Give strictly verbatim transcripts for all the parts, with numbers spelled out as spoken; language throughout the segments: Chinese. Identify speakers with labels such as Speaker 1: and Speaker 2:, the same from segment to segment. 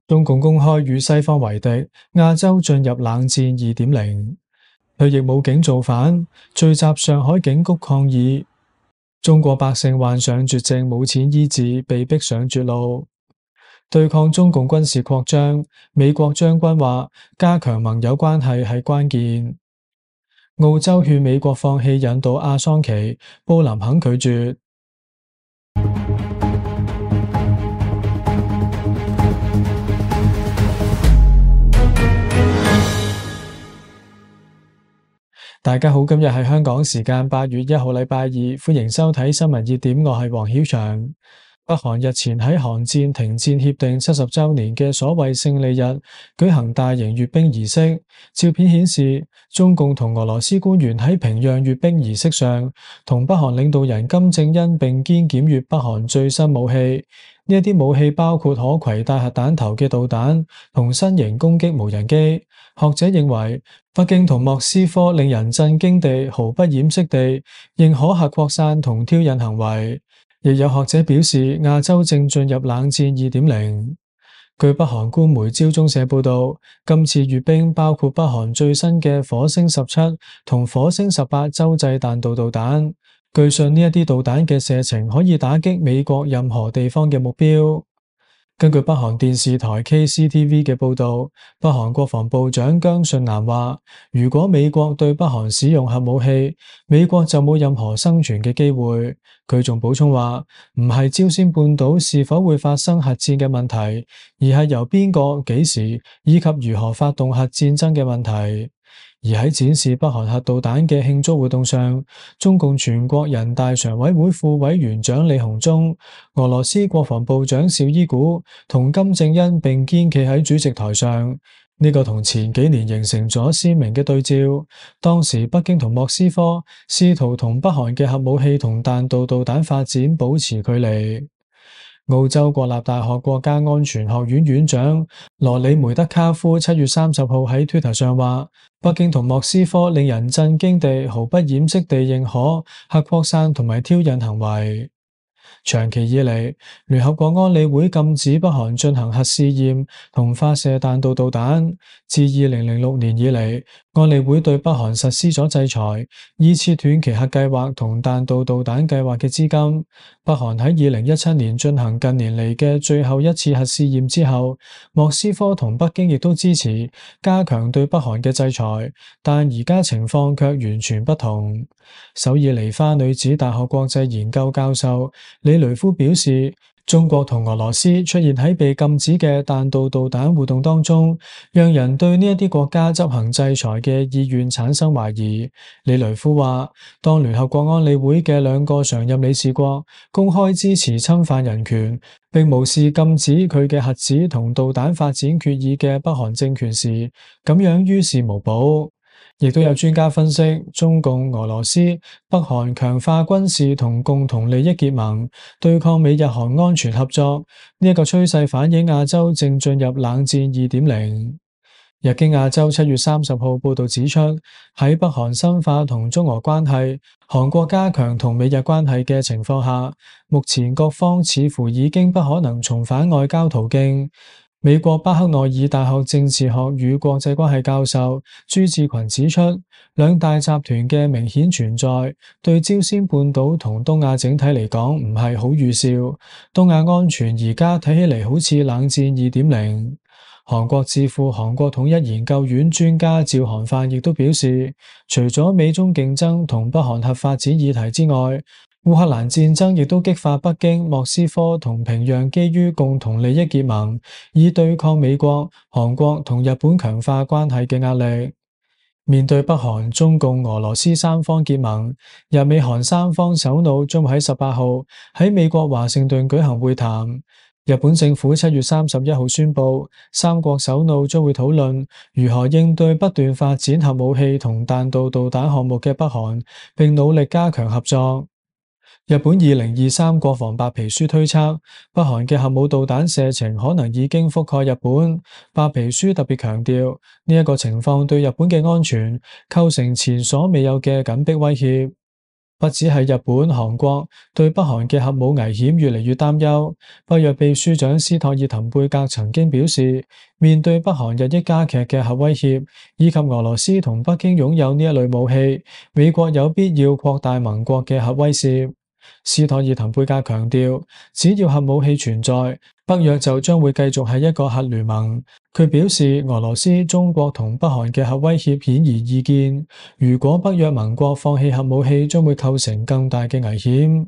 Speaker 1: 中共公開與西方為敵，亞洲進入冷戰二點零。退役武警造反，聚集上海警局抗議。中國百姓患上絕症冇錢醫治，被逼上絕路。對抗中共軍事擴張，美國將軍話加強盟友關係係關鍵。澳洲勸美國放棄引渡阿桑奇，布林肯拒絕。大家好，今日係香港時間八月一號禮拜二，歡迎收睇新聞熱點，我係黃曉翔。北韓日前喺韓戰停戰協定七十周年嘅所謂勝利日舉行大型閱兵儀式，照片顯示中共同俄羅斯官員喺平壤閱兵儀式上，同北韓領導人金正恩並肩檢閱北韓最新武器。呢一啲武器包括可攜帶核彈頭嘅導彈同新型攻擊無人機。學者認為，北京同莫斯科令人震驚地毫不掩飾地認可核擴散同挑釁行為。亦有學者表示，亞洲正進入冷戰二點零。據北韓官媒朝中社報道，今次閱兵包括北韓最新嘅火星十七同火星十八洲際彈道導彈。據信呢一啲導彈嘅射程可以打擊美國任何地方嘅目標。根據北韓電視台 K C T V 嘅報道，北韓國防部長姜順南話，如果美國對北韓使用核武器，美國就冇任何生存嘅機會。佢仲補充話，唔係朝鮮半島是否會發生核戰嘅問題，而係由邊個、幾時以及如何發動核戰爭嘅問題。而喺展示北韓核導彈嘅慶祝活動上，中共全國人大常委會副委員長李鴻忠、俄羅斯國防部長紹伊古同金正恩並肩企喺主席台上。呢個同前幾年形成咗鮮明嘅對照。當時北京同莫斯科試圖同北韓嘅核武器同彈道導彈發展保持距離。澳洲國立大學國家安全學院院長羅里梅德卡夫七月三十號喺 Twitter 上話，北京同莫斯科令人震驚地毫不掩飾地認可核擴散同埋挑釁行為。長期以嚟，聯合國安理會禁止北韓進行核試驗同發射彈道導彈。自二零零六年以嚟，安理會對北韓實施咗制裁，以切斷其核計劃同彈道導彈計劃嘅資金。北韓喺二零一七年進行近年嚟嘅最後一次核試驗之後，莫斯科同北京亦都支持加強對北韓嘅制裁，但而家情況卻完全不同。首爾梨花女子大學國際研究教授李雷夫表示，中國同俄羅斯出現喺被禁止嘅彈道導彈活動當中，讓人對呢一啲國家執行制裁嘅意願產生懷疑。李雷夫話，當聯合國安理會嘅兩個常任理事國公開支持侵犯人權，並無視禁止佢嘅核子同導彈發展決議嘅北韓政權時，咁樣於事無補。亦都有專家分析，中共、俄羅斯、北韓強化軍事同共同利益結盟，對抗美日韓安全合作，呢一個趨勢反映亞洲正進入冷戰二點零。日經亞洲七月三十號報道指出，喺北韓深化同中俄關係、韓國加強同美日關係嘅情況下，目前各方似乎已經不可能重返外交途徑。美國巴克內爾大學政治學與國際關係教授朱志群指出，兩大集團嘅明顯存在，對朝鮮半島同東亞整體嚟講唔係好預兆。東亞安全而家睇起嚟好似冷戰二點零。韓國智庫韓國統一研究院專家趙韓範亦都表示，除咗美中競爭同北韓核發展議題之外，烏克蘭戰爭亦都激發北京、莫斯科同平壤基於共同利益結盟，以對抗美國、韓國同日本強化關係嘅壓力。面對北韓、中共、俄羅斯三方結盟，日美韓三方首腦將會喺十八號喺美國華盛頓舉行會談。日本政府七月三十一號宣布，三國首腦將會討論如何應對不斷發展核武器同彈道導彈項目嘅北韓，並努力加強合作。日本二零二三國防白皮書推測，北韓嘅核武導彈射程可能已經覆蓋日本。白皮書特別強調，呢一個情況對日本嘅安全構成前所未有嘅緊迫威脅。 不只係日本、韓國對北韓嘅核武危險越嚟越擔憂。北約秘書長斯托爾滕貝格曾經表示，面對北韓日益加劇嘅核威脅，以及俄羅斯同北京擁有呢一類武器，美國有必要擴大盟國嘅核威懾。斯托爾滕貝格強調，只要核武器存在，北約就將會繼續係一個核聯盟。佢表示，俄羅斯、中國同北韓嘅核威脅顯而易見，如果北約盟國放棄核武器，將會構成更大嘅危險。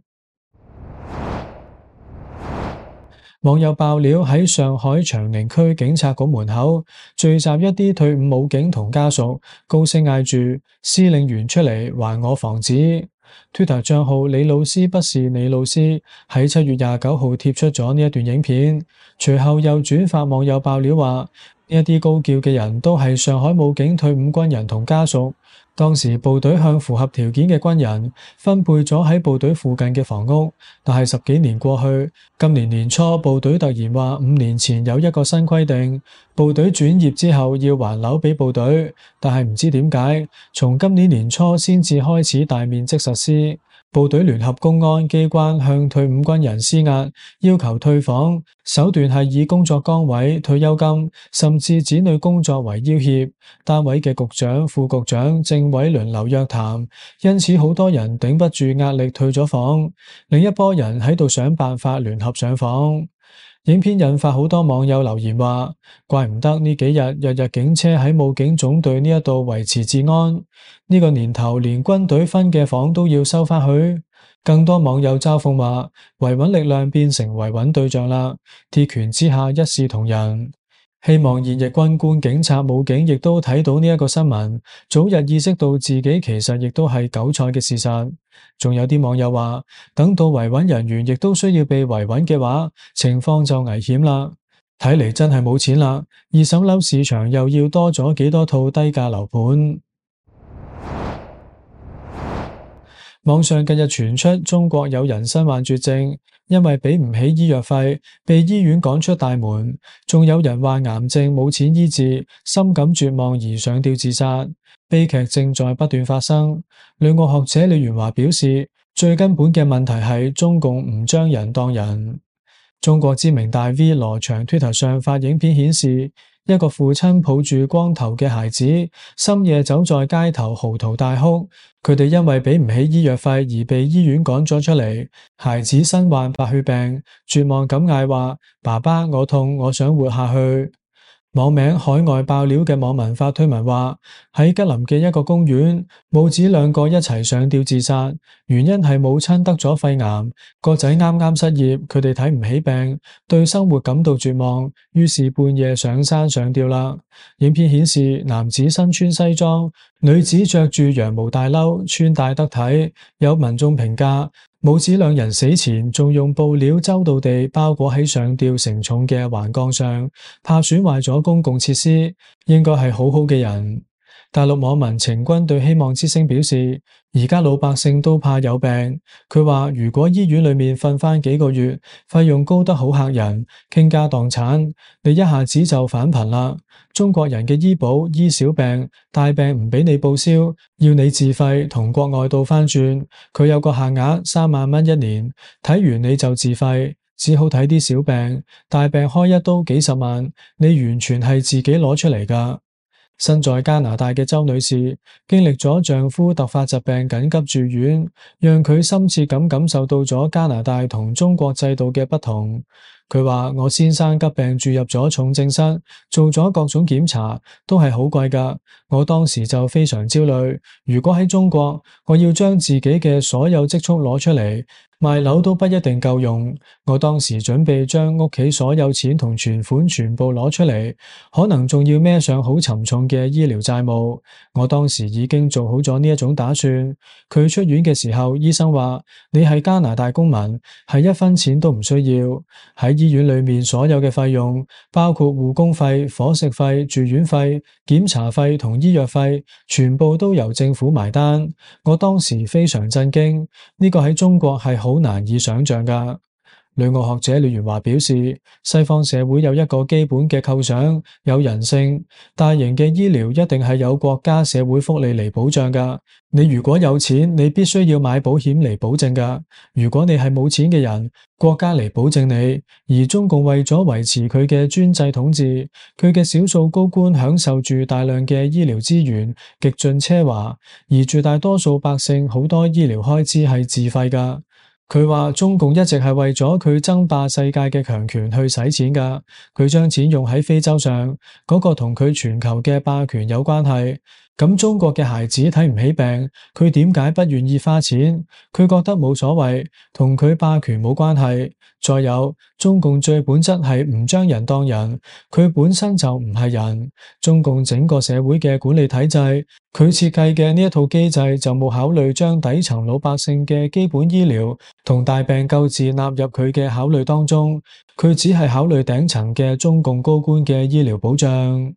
Speaker 1: 網友爆料喺上海長寧區警察局門口聚集一啲退伍武警同家屬，高聲嗌住司令員出嚟還我房子。Twitter 賬號李老師不是李老師喺七月廿九號貼出咗呢一段影片，隨後又轉發網友爆料話，呢一啲高叫嘅人都係上海武警退伍軍人同家屬。當時部隊向符合條件嘅軍人分配咗喺部隊附近嘅房屋，但係十幾年過去，今年年初部隊突然話五年前有一個新規定，部隊轉業之後要還樓俾部隊，但係唔知點解，從今年年初先至開始大面積實施。部隊聯合公安機關向退伍軍人施壓，要求退房，手段係以工作崗位、退休金，甚至子女工作為要挾。單位嘅局長、副局長、政委輪流約談，因此好多人頂不住壓力退咗房，另一波人喺度想辦法聯合上訪。影片引發好多網友留言話，怪唔得呢幾日日日警車喺武警總隊呢一度維持治安，呢個年頭連軍隊分嘅房都要收返去。更多網友嘲諷話，維穩力量變成維穩對象啦，鐵拳之下一視同仁。希望現役軍官、警察、武警亦都睇到呢一個新聞，早日意識到自己其實亦都係韭菜嘅事實。仲有啲網友話，等到維穩人員亦都需要被維穩嘅話，情況就危險啦。睇嚟真係冇錢啦，二手樓市場又要多咗幾多套低價樓盤。網上近日傳出中國有人身患絕症，因為俾唔起醫藥費，被醫院趕出大門。仲有人患癌症冇錢醫治，深感絕望而上吊自殺。悲劇正在不斷發生。旅遊學者李元華表示，最根本嘅問題係中共唔將人當人。中國知名大 V 羅翔 Twitter 上發影片顯示，一個父親抱住光頭嘅孩子，深夜走在街頭嚎啕大哭。佢哋因為俾唔起醫藥費而被醫院趕咗出嚟。孩子身患白血病，絕望咁嗌話：爸爸，我痛，我想活下去。網名海外爆料嘅網民發推文話，喺吉林嘅一個公園，母子兩個一齊上吊自殺，原因係母親得咗肺癌，個仔啱啱失業，佢哋睇唔起病，對生活感到絕望，於是半夜上山上吊啦。影片顯示男子身穿西裝，女子着住羊毛大褸，穿戴得體。有民眾評價，母子兩人死前仲用布料周到地包裹喺上吊承重嘅橫槓上，怕損壞咗公共設施，應該係好好嘅人。大陸網民程軍對希望之聲表示，而家老百姓都怕有病。佢話如果醫院裏面瞓翻幾個月，費用高得好嚇人，傾家蕩產，你一下子就返貧啦。中國人嘅醫保醫小病，大病唔俾你報銷，要你自費，同國外倒翻轉。佢有個限額三萬蚊一年，睇完你就自費，只好睇啲小病，大病開一刀幾十萬，你完全係自己攞出嚟㗎。身在加拿大嘅周女士，經歷咗丈夫突發疾病緊急住院，讓佢深切咁感受到咗加拿大同中國制度嘅不同。佢話：我先生急病住入咗重症室，做咗各種檢查，都係好貴㗎。我當時就非常焦慮，如果喺中國，我要將自己嘅所有積蓄攞出嚟，賣樓都不一定夠用。我當時準備將屋企所有錢同存款全部攞出嚟，可能仲要孭上好沉重嘅醫療債務。我當時已經做好咗呢一種打算。佢出院嘅時候，醫生話：你係加拿大公民，係一分錢都唔需要。喺醫院裏面所有嘅費用，包括護工費、伙食費、住院費、檢查費同醫藥費，全部都由政府埋單。我當時非常震驚，呢個喺中國係好難以想象㗎。 女奧學者廖元華表示，西方社會有一個基本嘅構想，有人性，大型嘅醫療一定係有國家社會福利嚟保障㗎。你如果有錢，你必須要買保險嚟保證㗎。如果你係冇錢嘅人，國家嚟保證你。而中共為咗維持佢嘅專制統治，佢嘅少數高官享受住大量嘅醫療資源，極盡奢華，而絕大多數百姓好多醫療開支係自費㗎。佢話中共一直係為咗佢爭霸世界嘅強權去使錢㗎，佢將錢用喺非洲上，嗰個同佢全球嘅霸權有關係。咁中國嘅孩子睇唔起病，佢點解不願意花錢？佢覺得冇所謂，同佢霸權冇關係。再有，中共最本質係唔將人當人，佢本身就唔係人。中共整個社會嘅管理體制，佢設計嘅呢一套機制就冇考慮將底層老百姓嘅基本醫療同大病救治納入佢嘅考慮當中，佢只係考慮頂層嘅中共高官嘅醫療保障。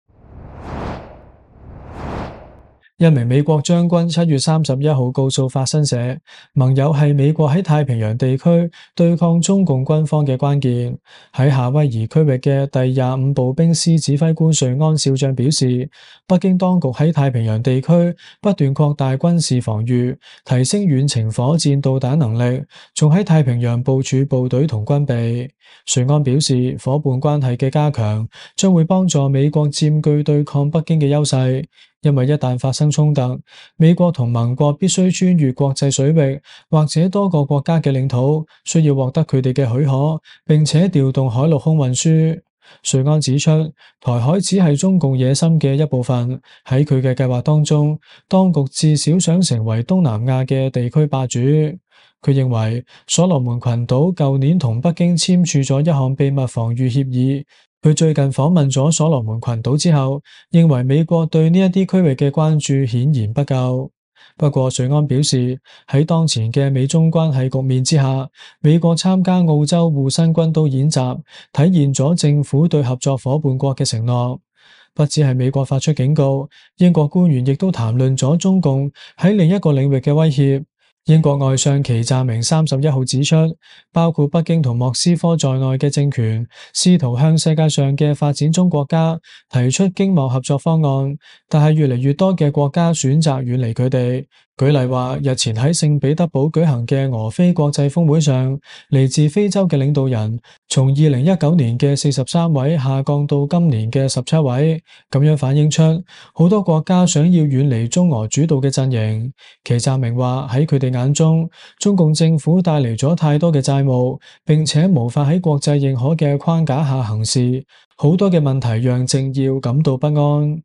Speaker 1: 一名美國將軍七月三十一號告訴法新社，盟友係美國喺太平洋地區對抗中共軍方嘅關鍵。喺夏威夷區域嘅第廿五步兵師指揮官瑞安少將表示，北京當局喺太平洋地區不斷擴大軍事防禦，提升遠程火箭導彈能力，仲喺太平洋部署部隊同軍備。瑞安表示，伙伴關係嘅加強將會幫助美國佔據對抗北京嘅優勢。因為一旦發生衝突，美國同盟國必須穿越國際水域或者多個國家嘅領土，需要獲得佢哋嘅許可，並且調動海陸空運輸。瑞安指出，台海只係中共野心嘅一部分，喺佢嘅計劃當中，當局至少想成為東南亞嘅地區霸主。佢認為，所羅門群島舊年同北京簽署咗一項秘密防禦協議。佢最近訪問咗所羅門群島之後，認為美國對呢一啲區域嘅關注顯然不夠。不過，瑞安表示，喺當前嘅美中關係局面之下，美國參加澳洲護身軍刀演習，體現咗政府對合作夥伴國嘅承諾。不只係美國發出警告，英國官員亦都談論咗中共喺另一個領域嘅威脅。英國外相祁湛明三十一號指出，包括北京同莫斯科在內嘅政權，試圖向世界上嘅發展中國家提出經貿合作方案，但係越嚟越多嘅國家選擇遠離佢哋。舉例話，日前喺聖彼得堡舉行嘅俄非國際峰會上，嚟自非洲嘅領導人從二零一九年嘅四十三位下降到今年嘅十七位，咁樣反映出好多國家想要遠離中俄主導嘅陣營。祁湛明話，喺佢哋眼中，中共政府帶嚟咗太多嘅債務，並且無法喺國際認可嘅框架下行事，好多嘅問題讓政要感到不安。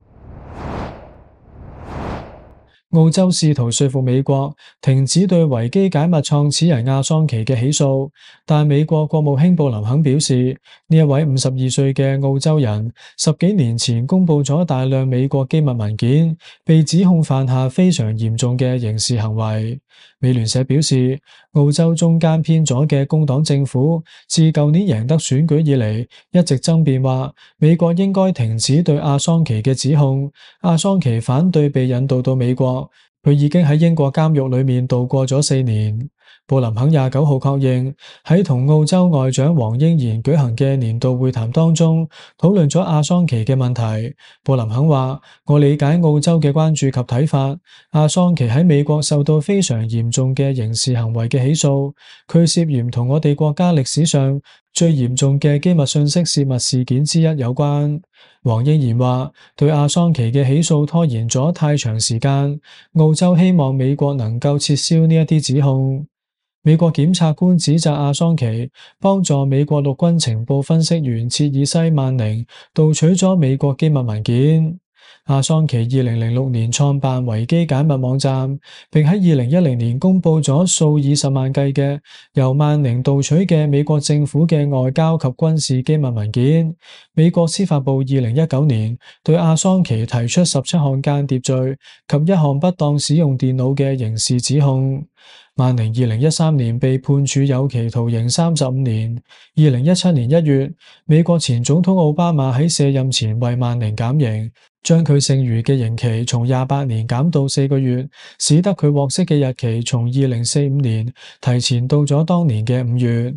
Speaker 1: 澳洲試圖說服美國停止對維基解密創始人阿桑奇嘅起訴，但美國國務卿布林肯表示，呢一位五十二歲嘅澳洲人十幾年前公布咗大量美國機密文件，被指控犯下非常嚴重嘅刑事行為。美聯社表示，澳洲中間偏左嘅工黨政府自舊年贏得選舉以嚟，一直爭辯話美國應該停止對阿桑奇嘅指控。阿桑奇反對被引渡到美國，佢已經喺英國監獄裏面度過咗四年。布林肯廿九號確認喺同澳洲外長黃英賢舉行嘅年度會談當中，討論咗阿桑奇嘅問題。布林肯話：我理解澳洲嘅關注及睇法。阿桑奇喺美國受到非常嚴重嘅刑事行為嘅起訴，佢涉嫌同我哋國家歷史上最嚴重嘅機密信息洩密事件之一有關。黃英賢話：對阿桑奇嘅起訴拖延咗太長時間，澳洲希望美國能夠撤銷呢一啲指控。美國檢察官指責阿桑奇幫助美國陸軍情報分析員切爾西曼寧盜取咗美國機密文件。阿桑奇二零零六年創辦維基解密網站，並喺二零一零年公布咗數以十萬計嘅由曼寧盜取嘅美國政府嘅外交及軍事機密文件。美國司法部二零一九年對阿桑奇提出十七項間諜罪及一項不當使用電腦嘅刑事指控。曼寧二零一三年被判處有期徒刑三十五年。二零一七年一月，美國前總統奧巴馬喺卸任前為曼寧減刑，將佢剩餘嘅刑期從廿八年減到四個月，使得佢獲釋嘅日期從二零四五年提前到咗當年嘅五月。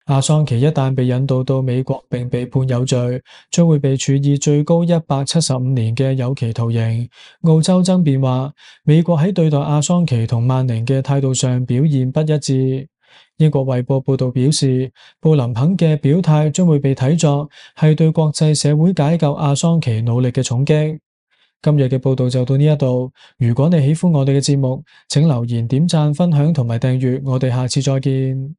Speaker 1: 阿桑奇一旦被引渡到美國並被判有罪，將會被處以最高一百七十五年嘅有期徒刑。澳洲爭辯話，美國喺對待阿桑奇同曼寧嘅態度上表現不一致。英國衛報報道表示，布林肯嘅表態將會被睇作係對國際社會解救阿桑奇努力嘅重擊。今日嘅報道就到呢一度。如果你喜歡我哋嘅節目，請留言、點讚、分享同埋訂閱。我哋下次再見。